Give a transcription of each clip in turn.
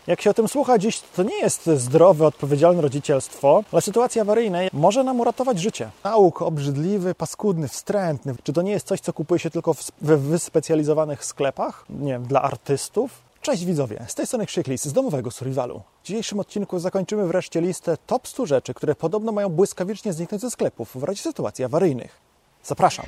Jak się o tym słucha dziś, to nie jest zdrowe, odpowiedzialne rodzicielstwo, ale w sytuacji awaryjnej może nam uratować życie. Nauk obrzydliwy, paskudny, wstrętny. Czy to nie jest coś, co kupuje się tylko we wyspecjalizowanych sklepach? Nie wiem, dla artystów? Cześć widzowie, z tej strony Krzyklis z domowego survivalu. W dzisiejszym odcinku zakończymy wreszcie listę top 100 rzeczy, które podobno mają błyskawicznie zniknąć ze sklepów w razie sytuacji awaryjnych. Zapraszam.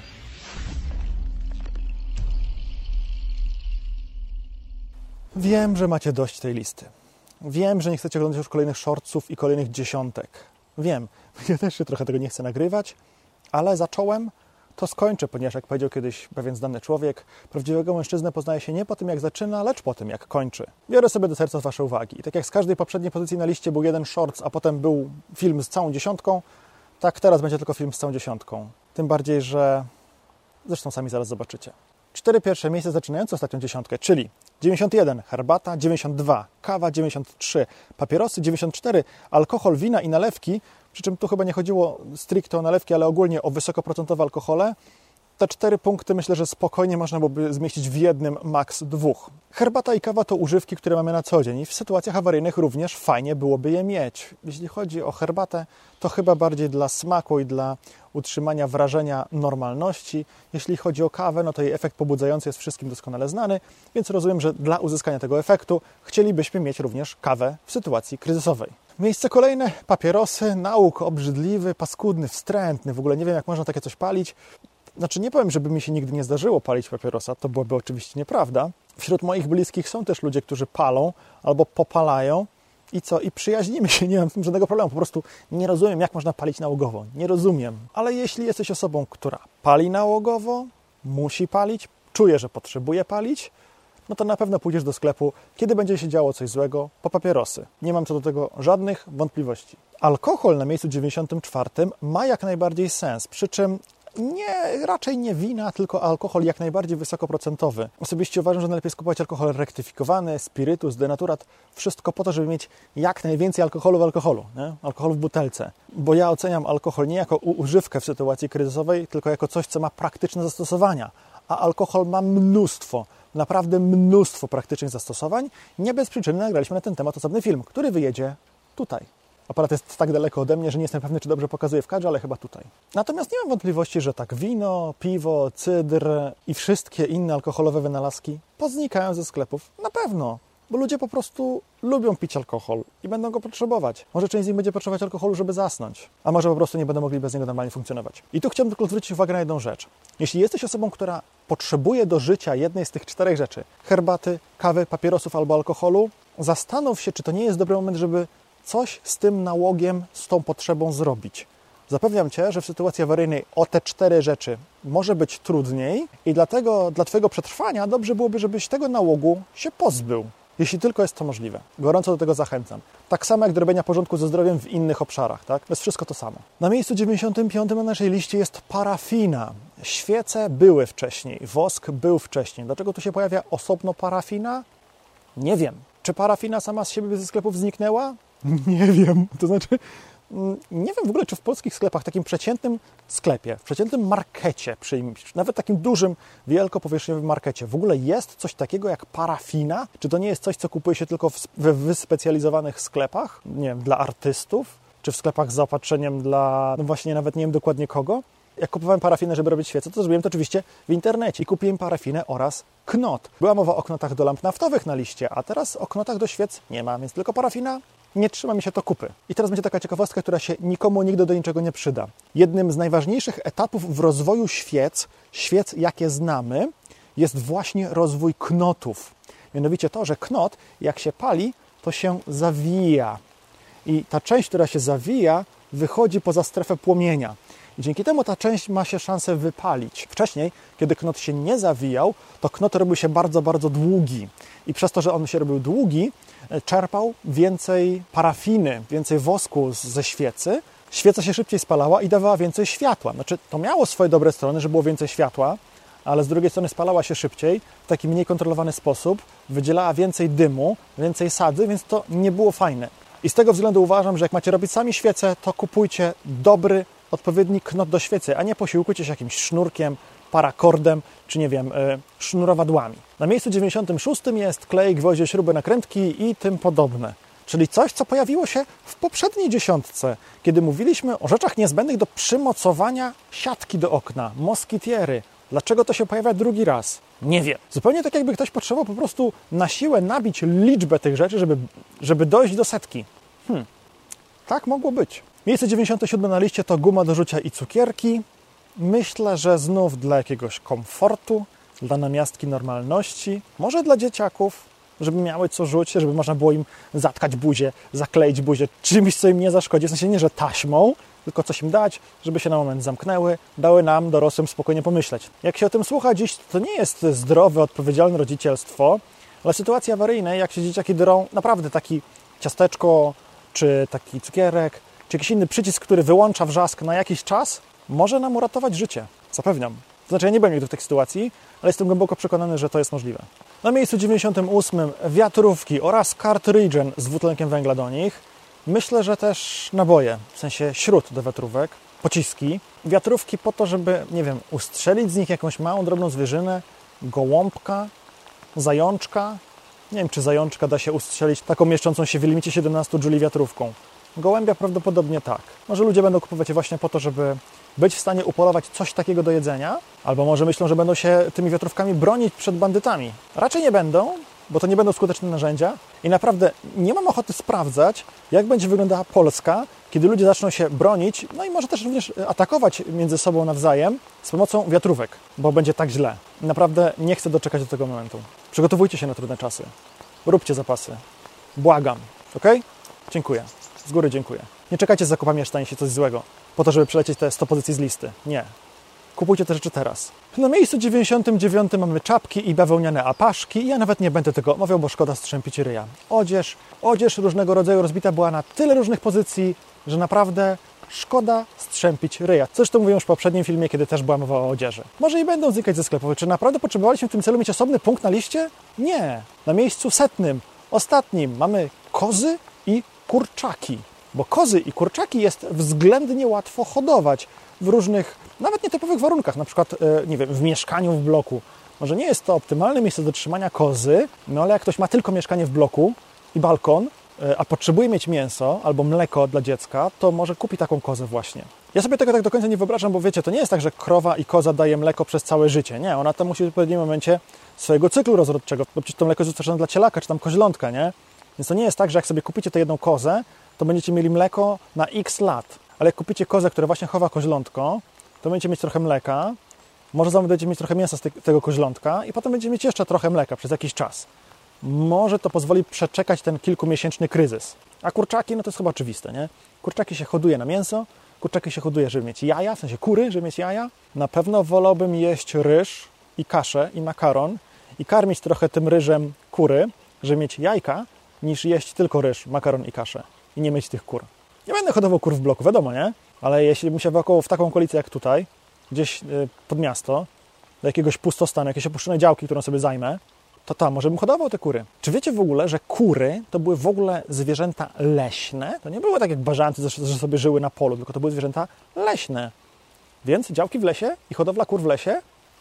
Wiem, że macie dość tej listy. Wiem, że nie chcecie oglądać już kolejnych shortsów i kolejnych dziesiątek. Wiem, ja też się trochę tego nie chcę nagrywać, ale zacząłem, to skończę, ponieważ jak powiedział kiedyś pewien znany człowiek, prawdziwego mężczyznę poznaje się nie po tym, jak zaczyna, lecz po tym, jak kończy. Biorę sobie do serca wasze uwagi. I tak jak z każdej poprzedniej pozycji na liście był jeden shorts, a potem był film z całą dziesiątką, tak teraz będzie tylko film z całą dziesiątką. Tym bardziej, że zresztą sami zaraz zobaczycie. 4 pierwsze miejsca zaczynające ostatnią dziesiątkę, czyli 91 herbata, 92 kawa, 93 papierosy, 94 alkohol, wina i nalewki, przy czym tu chyba nie chodziło stricte o nalewki, ale ogólnie o wysokoprocentowe alkohole. Te 4 punkty myślę, że spokojnie można byłoby zmieścić w jednym, maks 2. Herbata i kawa to używki, które mamy na co dzień i w sytuacjach awaryjnych również fajnie byłoby je mieć. Jeśli chodzi o herbatę, to chyba bardziej dla smaku i dla utrzymania wrażenia normalności. Jeśli chodzi o kawę, no to jej efekt pobudzający jest wszystkim doskonale znany, więc rozumiem, że dla uzyskania tego efektu chcielibyśmy mieć również kawę w sytuacji kryzysowej. Miejsce kolejne, papierosy, nauk obrzydliwy, paskudny, wstrętny, w ogóle nie wiem, jak można takie coś palić. Znaczy nie powiem, żeby mi się nigdy nie zdarzyło palić papierosa, to byłoby oczywiście nieprawda. Wśród moich bliskich są też ludzie, którzy palą albo popalają i co? I przyjaźnimy się, nie mam z tym żadnego problemu. Po prostu nie rozumiem, jak można palić nałogowo. Nie rozumiem. Ale jeśli jesteś osobą, która pali nałogowo, musi palić, czuje, że potrzebuje palić, no to na pewno pójdziesz do sklepu, kiedy będzie się działo coś złego, po papierosy. Nie mam co do tego żadnych wątpliwości. Alkohol na miejscu 94 ma jak najbardziej sens, przy czym raczej nie wina, tylko alkohol jak najbardziej wysokoprocentowy. Osobiście uważam, że najlepiej skupować alkohol rektyfikowany, spirytus, denaturat, wszystko po to, żeby mieć jak najwięcej alkoholu w alkoholu, nie? Alkoholu w butelce. Bo ja oceniam alkohol nie jako używkę w sytuacji kryzysowej, tylko jako coś, co ma praktyczne zastosowania. A alkohol ma mnóstwo, naprawdę mnóstwo praktycznych zastosowań. Nie bez przyczyny nagraliśmy na ten temat osobny film, który wyjedzie tutaj. Aparat jest tak daleko ode mnie, że nie jestem pewny, czy dobrze pokazuję w kadrze, ale chyba tutaj. Natomiast nie mam wątpliwości, że tak wino, piwo, cydr i wszystkie inne alkoholowe wynalazki poznikają ze sklepów. Na pewno, bo ludzie po prostu lubią pić alkohol i będą go potrzebować. Może część z nich będzie potrzebować alkoholu, żeby zasnąć, a może po prostu nie będą mogli bez niego normalnie funkcjonować. I tu chciałbym tylko zwrócić uwagę na jedną rzecz. Jeśli jesteś osobą, która potrzebuje do życia jednej z tych 4 rzeczy, herbaty, kawy, papierosów albo alkoholu, zastanów się, czy to nie jest dobry moment, żeby coś z tym nałogiem, z tą potrzebą zrobić. Zapewniam Cię, że w sytuacji awaryjnej o te 4 rzeczy może być trudniej i dlatego dla Twojego przetrwania dobrze byłoby, żebyś tego nałogu się pozbył, jeśli tylko jest to możliwe. Gorąco do tego zachęcam. Tak samo jak do robienia porządku ze zdrowiem w innych obszarach, tak? To jest wszystko to samo. Na miejscu 95 na naszej liście jest parafina. Świece były wcześniej, wosk był wcześniej. Dlaczego tu się pojawia osobno parafina? Nie wiem. Czy parafina sama z siebie ze sklepów zniknęła? Nie wiem. To znaczy, nie wiem w ogóle, czy w polskich sklepach, takim przeciętnym sklepie, w przeciętnym markecie, nawet takim dużym, wielkopowierzchniowym markecie, w ogóle jest coś takiego jak parafina? Czy to nie jest coś, co kupuje się tylko we wyspecjalizowanych sklepach? Nie wiem, dla artystów? Czy w sklepach z zaopatrzeniem dla, no właśnie nawet nie wiem dokładnie kogo? Jak kupowałem parafinę, żeby robić świece, to zrobiłem to oczywiście w internecie i kupiłem parafinę oraz knot. Była mowa o knotach do lamp naftowych na liście, a teraz o knotach do świec nie ma, więc tylko parafina. Nie trzyma mi się to kupy. I teraz będzie taka ciekawostka, która się nikomu nigdy do niczego nie przyda. Jednym z najważniejszych etapów w rozwoju świec jakie znamy, jest właśnie rozwój knotów. Mianowicie to, że knot jak się pali, to się zawija. I ta część, która się zawija, wychodzi poza strefę płomienia. I dzięki temu ta część ma się szansę wypalić. Wcześniej, kiedy knot się nie zawijał, to knot robił się bardzo, bardzo długi. I przez to, że on się robił długi, czerpał więcej parafiny, więcej wosku ze świecy. Świeca się szybciej spalała i dawała więcej światła. Znaczy, to miało swoje dobre strony, że było więcej światła, ale z drugiej strony spalała się szybciej, w taki mniej kontrolowany sposób, wydzielała więcej dymu, więcej sadzy, więc to nie było fajne. I z tego względu uważam, że jak macie robić sami świecę, to kupujcie dobry, odpowiedni knot do świecy, a nie posiłkujcie się jakimś sznurkiem, parakordem, czy nie wiem, sznurowadłami. Na miejscu 96 jest klej, gwoździe, śruby, nakrętki i tym podobne. Czyli coś, co pojawiło się w poprzedniej 10, kiedy mówiliśmy o rzeczach niezbędnych do przymocowania siatki do okna, moskitiery. Dlaczego to się pojawia drugi raz? Nie wiem. Zupełnie tak, jakby ktoś potrzebował po prostu na siłę nabić liczbę tych rzeczy, żeby dojść do setki. Tak mogło być. Miejsce 97 na liście to guma do rzucia i cukierki. Myślę, że znów dla jakiegoś komfortu, dla namiastki normalności, może dla dzieciaków, żeby miały co rzucić, żeby można było im zatkać buzię, zakleić buzię czymś, co im nie zaszkodzi. W sensie nie, że taśmą, tylko coś im dać, żeby się na moment zamknęły, dały nam, dorosłym, spokojnie pomyśleć. Jak się o tym słucha dziś, to nie jest zdrowe, odpowiedzialne rodzicielstwo, ale sytuacji awaryjnej, jak się dzieciaki drą, naprawdę taki ciasteczko, czy taki cukierek, czy jakiś inny przycisk, który wyłącza wrzask na jakiś czas, może nam uratować życie. Zapewniam. To znaczy, ja nie byłem nigdy w takiej sytuacji, ale jestem głęboko przekonany, że to jest możliwe. Na miejscu 98 wiatrówki oraz kartridże z dwutlenkiem węgla do nich. Myślę, że też naboje, w sensie śrut do wiatrówek, pociski. Wiatrówki po to, żeby, nie wiem, ustrzelić z nich jakąś małą, drobną zwierzynę, gołąbka, zajączka. Nie wiem, czy zajączka da się ustrzelić taką mieszczącą się w limicie 17 Joule wiatrówką. Gołębia prawdopodobnie tak. Może ludzie będą kupować je właśnie po to, żeby być w stanie upolować coś takiego do jedzenia, albo może myślą, że będą się tymi wiatrówkami bronić przed bandytami. Raczej nie będą, bo to nie będą skuteczne narzędzia i naprawdę nie mam ochoty sprawdzać, jak będzie wyglądała Polska, kiedy ludzie zaczną się bronić, no i może też również atakować między sobą nawzajem z pomocą wiatrówek, bo będzie tak źle. Naprawdę nie chcę doczekać do tego momentu. Przygotowujcie się na trudne czasy. Róbcie zapasy. Błagam. Ok? Dziękuję. Z góry dziękuję. Nie czekajcie z zakupami, aż stanie się coś złego, po to, żeby przelecieć te 100 pozycji z listy. Nie. Kupujcie te rzeczy teraz. Na miejscu 99 mamy czapki i bawełniane apaszki i ja nawet nie będę tego omawiał, bo szkoda strzępić ryja. Odzież różnego rodzaju rozbita była na tyle różnych pozycji, że naprawdę szkoda strzępić ryja. Zresztą mówiłem już w poprzednim filmie, kiedy też była mowa o odzieży. Może i będą znikać ze sklepów. Czy naprawdę potrzebowaliśmy w tym celu mieć osobny punkt na liście? Nie. Na miejscu 100, ostatnim, mamy kozy i kurczaki. Bo kozy i kurczaki jest względnie łatwo hodować w różnych, nawet nietypowych warunkach, na przykład, nie wiem, w mieszkaniu w bloku. Może nie jest to optymalne miejsce do trzymania kozy, no ale jak ktoś ma tylko mieszkanie w bloku i balkon, a potrzebuje mieć mięso albo mleko dla dziecka, to może kupi taką kozę właśnie. Ja sobie tego tak do końca nie wyobrażam, bo wiecie, to nie jest tak, że krowa i koza daje mleko przez całe życie. Nie, ona to musi w odpowiednim momencie swojego cyklu rozrodczego, bo przecież to mleko jest dostarczone dla cielaka czy tam koźlątka, nie? Więc to nie jest tak, że jak sobie kupicie tę jedną kozę, to będziecie mieli mleko na x lat. Ale jak kupicie kozę, która właśnie chowa koźlątko, to będziecie mieć trochę mleka, może będziecie mieć trochę mięsa z tego koźlątka i potem będziecie mieć jeszcze trochę mleka przez jakiś czas. Może to pozwoli przeczekać ten kilkumiesięczny kryzys. A kurczaki, no to jest chyba oczywiste, nie? Kurczaki się hoduje na mięso, kurczaki się hoduje, żeby mieć jaja, w sensie kury, żeby mieć jaja. Na pewno wolałbym jeść ryż i kaszę i makaron i karmić trochę tym ryżem kury, żeby mieć jajka, niż jeść tylko ryż, makaron i kaszę i nie mieć tych kur. Nie będę hodował kur w bloku, wiadomo, nie? Ale jeśli bym się w taką okolicę jak tutaj, gdzieś pod miasto, do jakiegoś pustostanu, jakieś opuszczone działki, którą sobie zajmę, to tam może bym hodował te kury. Czy wiecie w ogóle, że kury to były w ogóle zwierzęta leśne? To nie było tak jak bażanty, że sobie żyły na polu, tylko to były zwierzęta leśne. Więc działki w lesie i hodowla kur w lesie?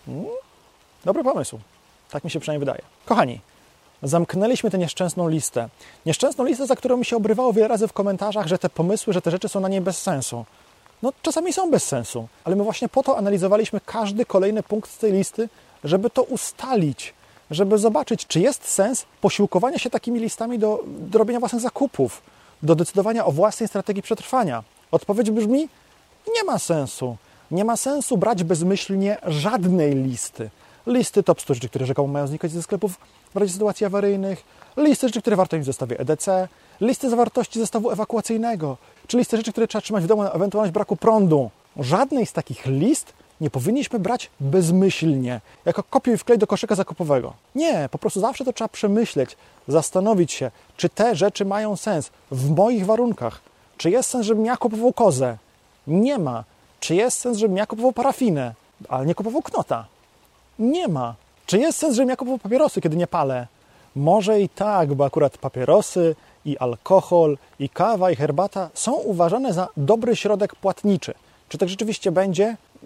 Dobry pomysł. Tak mi się przynajmniej wydaje. Kochani, zamknęliśmy tę nieszczęsną listę. Nieszczęsną listę, za którą mi się obrywało wiele razy w komentarzach, że te pomysły, że te rzeczy są na niej bez sensu. No czasami są bez sensu, ale my właśnie po to analizowaliśmy każdy kolejny punkt z tej listy, żeby to ustalić, żeby zobaczyć, czy jest sens posiłkowania się takimi listami do robienia własnych zakupów, do decydowania o własnej strategii przetrwania. Odpowiedź brzmi, nie ma sensu. Nie ma sensu brać bezmyślnie żadnej listy. Listy top 100 rzeczy, które rzekomo mają znikać ze sklepów w razie sytuacji awaryjnych, listy rzeczy, które warto mieć w zestawie EDC, listy zawartości zestawu ewakuacyjnego, czy listy rzeczy, które trzeba trzymać w domu na ewentualność braku prądu. Żadnej z takich list nie powinniśmy brać bezmyślnie, jako kopiuj wklej do koszyka zakupowego. Nie, po prostu zawsze to trzeba przemyśleć, zastanowić się, czy te rzeczy mają sens w moich warunkach. Czy jest sens, żebym ja kupował kozę? Nie ma. Czy jest sens, żebym ja kupował parafinę, ale nie kupował knota? Nie ma. Czy jest sens, żebym ja kupował papierosy, kiedy nie palę? Może i tak, bo akurat papierosy i alkohol, i kawa, i herbata są uważane za dobry środek płatniczy. Czy tak rzeczywiście będzie?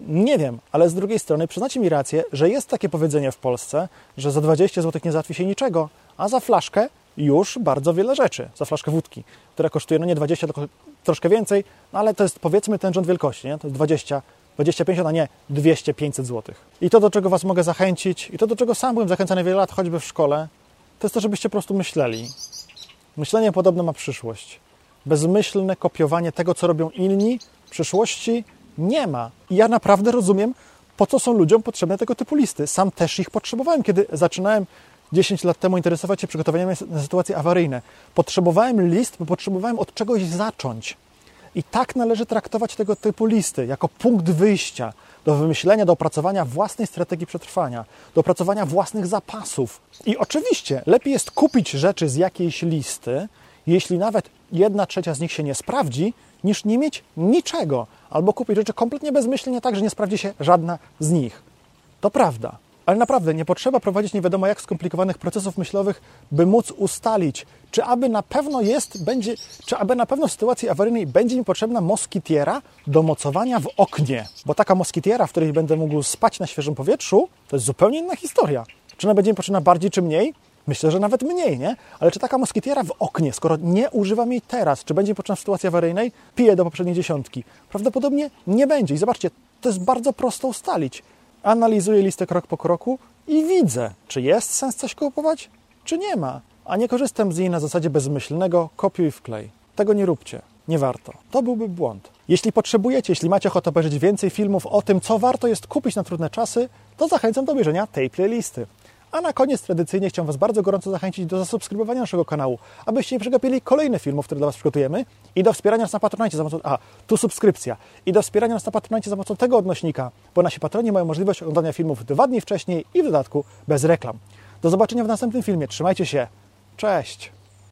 Nie wiem, ale z drugiej strony przyznacie mi rację, że jest takie powiedzenie w Polsce, że za 20 zł nie załatwi się niczego, a za flaszkę już bardzo wiele rzeczy. Za flaszkę wódki, która kosztuje nie 20, tylko troszkę więcej, ale to jest powiedzmy ten rząd wielkości, nie? To jest 20, 50, a nie 200, 500 zł. I to, do czego Was mogę zachęcić, i to, do czego sam byłem zachęcany wiele lat, choćby w szkole, to jest to, żebyście po prostu myśleli. Myślenie podobne ma przyszłość. Bezmyślne kopiowanie tego, co robią inni, przyszłości nie ma. I ja naprawdę rozumiem, po co są ludziom potrzebne tego typu listy. Sam też ich potrzebowałem, kiedy zaczynałem 10 lat temu interesować się przygotowaniem na sytuacje awaryjne. Potrzebowałem list, bo potrzebowałem od czegoś zacząć. I tak należy traktować tego typu listy, jako punkt wyjścia do wymyślenia, do opracowania własnej strategii przetrwania, do opracowania własnych zapasów. I oczywiście lepiej jest kupić rzeczy z jakiejś listy, jeśli nawet 1/3 z nich się nie sprawdzi, niż nie mieć niczego, albo kupić rzeczy kompletnie bezmyślnie tak, że nie sprawdzi się żadna z nich. To prawda. Ale naprawdę nie potrzeba prowadzić nie wiadomo jak skomplikowanych procesów myślowych, by móc ustalić, czy aby na pewno w sytuacji awaryjnej będzie mi potrzebna moskitiera do mocowania w oknie. Bo taka moskitiera, w której będę mógł spać na świeżym powietrzu, to jest zupełnie inna historia. Czy ona będzie mi potrzebna bardziej czy mniej? Myślę, że nawet mniej, nie? Ale czy taka moskitiera w oknie, skoro nie używam jej teraz, czy będzie mi potrzebna w sytuacji awaryjnej? Piję do poprzedniej 10. Prawdopodobnie nie będzie. I zobaczcie, to jest bardzo prosto ustalić. Analizuję listę krok po kroku i widzę, czy jest sens coś kupować, czy nie ma. A nie korzystam z niej na zasadzie bezmyślnego kopiuj wklej. Tego nie róbcie. Nie warto. To byłby błąd. Jeśli macie ochotę obejrzeć więcej filmów o tym, co warto jest kupić na trudne czasy, to zachęcam do obejrzenia tej playlisty. A na koniec tradycyjnie chciałem Was bardzo gorąco zachęcić do zasubskrybowania naszego kanału, abyście nie przegapili kolejnych filmów, które dla Was przygotujemy i do wspierania nas na Patronite za pomocą... tu subskrypcja. I do wspierania nas na Patronite za pomocą tego odnośnika, bo nasi patroni mają możliwość oglądania filmów 2 dni wcześniej i w dodatku bez reklam. Do zobaczenia w następnym filmie. Trzymajcie się. Cześć!